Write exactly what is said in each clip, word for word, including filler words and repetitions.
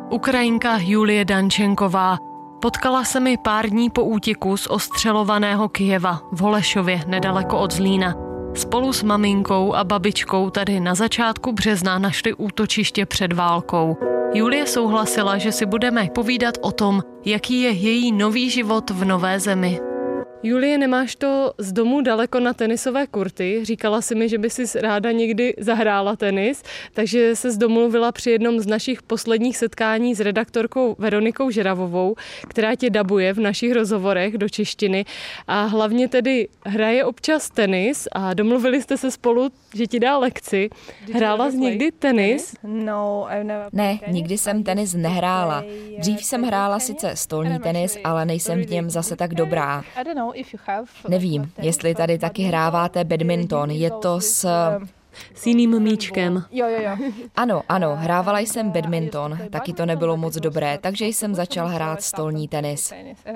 Ukrajinka Julie Dančenková. Potkala se mi pár dní po útěku z ostřelovaného Kyjeva v Holešově nedaleko od Zlína. Spolu s maminkou a babičkou tady na začátku března našli útočiště před válkou. Julie souhlasila, že si budeme povídat o tom, jaký je její nový život v nové zemi. Julie, nemáš to z domu daleko na tenisové kurty. Říkala si mi, že by si ráda někdy zahrála tenis, takže se domluvila při jednom z našich posledních setkání s redaktorkou Veronikou Žeravovou, která tě dabuje v našich rozhovorech do češtiny a hlavně tedy hraje občas tenis a domluvili jste se spolu, že ti dá lekci. Hrála jsi někdy tenis? Ne, nikdy jsem tenis nehrála. Dřív jsem hrála sice stolní tenis, ale nejsem v něm zase tak dobrá. Nevím, jestli tady taky hráváte badminton, je to s... S jiným míčkem. Ano, ano, hrávala jsem badminton, taky to nebylo moc dobré, takže jsem začal hrát stolní tenis.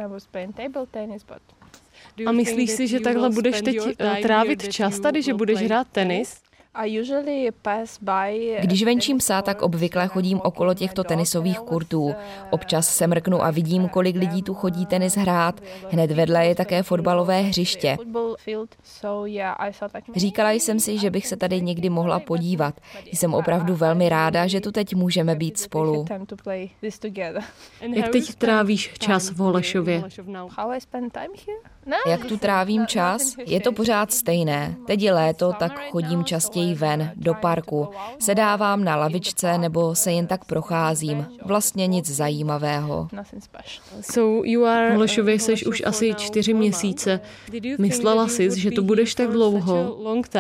A myslíš si, že takhle budeš teď trávit čas tady, že budeš hrát tenis? Když venčím psa, tak obvykle chodím okolo těchto tenisových kurtů. Občas se mrknu a vidím, kolik lidí tu chodí tenis hrát. Hned vedle je také fotbalové hřiště. Říkala jsem si, že bych se tady někdy mohla podívat. Jsem opravdu velmi ráda, že tu teď můžeme být spolu. Jak teď trávíš čas v Holešově? Jak tu trávím čas? Je to pořád stejné. Teď je léto, tak chodím častěji ven, do parku. Sedávám na lavičce nebo se jen tak procházím. Vlastně nic zajímavého. So you are... V Holešově seš už asi čtyři měsíce. Myslela jsi, že tu budeš tak dlouho?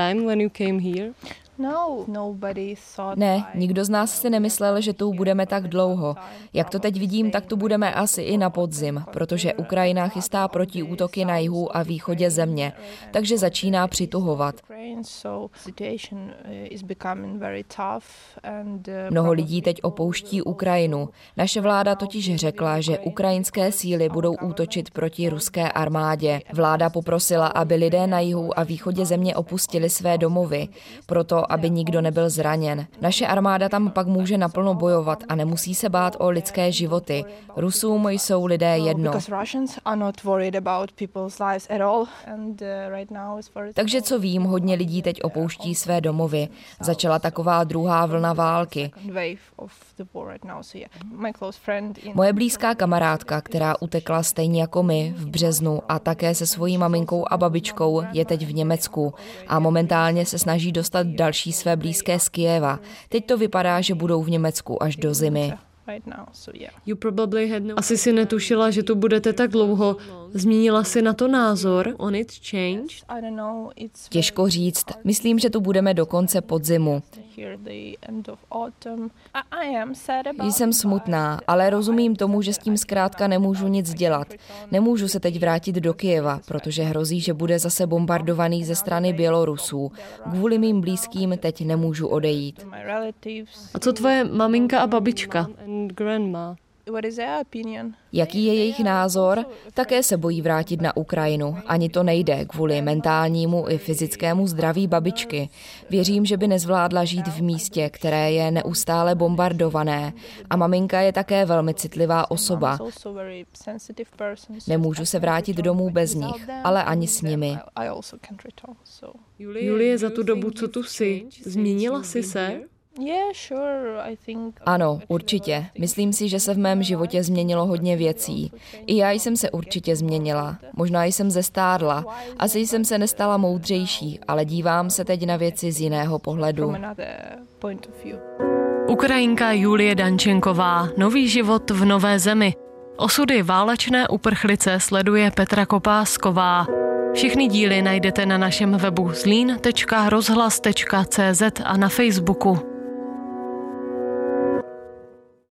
Ne, nikdo z nás si nemyslel, že tu budeme tak dlouho. Jak to teď vidím, tak tu budeme asi i na podzim, protože Ukrajina chystá protiútoky na jihu a východě země, takže začíná přituhovat. Mnoho lidí teď opouští Ukrajinu. Naše vláda totiž řekla, že ukrajinské síly budou útočit proti ruské armádě. Vláda poprosila, aby lidé na jihu a východě země opustili své domovy, proto aby nikdo nebyl zraněn. Naše armáda tam pak může naplno bojovat a nemusí se bát o lidské životy. Rusům jsou lidé jedno. Takže co vím, hodně lidí teď opouští své domovy. Začala taková druhá vlna války. Moje blízká kamarádka, která utekla stejně jako my v březnu a také se svojí maminkou a babičkou, je teď v Německu a momentálně se snaží dostat další své blízké z Kyjeva. Teď to vypadá, že budou v Německu až do zimy. Asi si netušila, že tu budete tak dlouho. Změnila si na to názor? On it changed? Těžko říct. Myslím, že tu budeme do konce podzimu. Jsem smutná, ale rozumím tomu, že s tím zkrátka nemůžu nic dělat. Nemůžu se teď vrátit do Kyjeva, protože hrozí, že bude zase bombardovaný ze strany Bělorusů. Kvůli mým blízkým teď nemůžu odejít. A co tvoje maminka a babička? Jaký je jejich názor? Také se bojí vrátit na Ukrajinu. Ani to nejde kvůli mentálnímu i fyzickému zdraví babičky. Věřím, že by nezvládla žít v místě, které je neustále bombardované. A maminka je také velmi citlivá osoba. Nemůžu se vrátit domů bez nich, ale ani s nimi. Julie, za tu dobu, co tu jsi, změnila jsi se? Ano, určitě. Myslím si, že se v mém životě změnilo hodně věcí. I já jsem se určitě změnila. Možná jsem zestárla. Asi jsem se nestala moudřejší, ale dívám se teď na věci z jiného pohledu. Ukrajinka Julie Dančenková. Nový život v nové zemi. Osudy válečné uprchlice sleduje Petra Kopásková. Všechny díly najdete na našem webu zlín tečka rozhlas tečka cé zet a na Facebooku.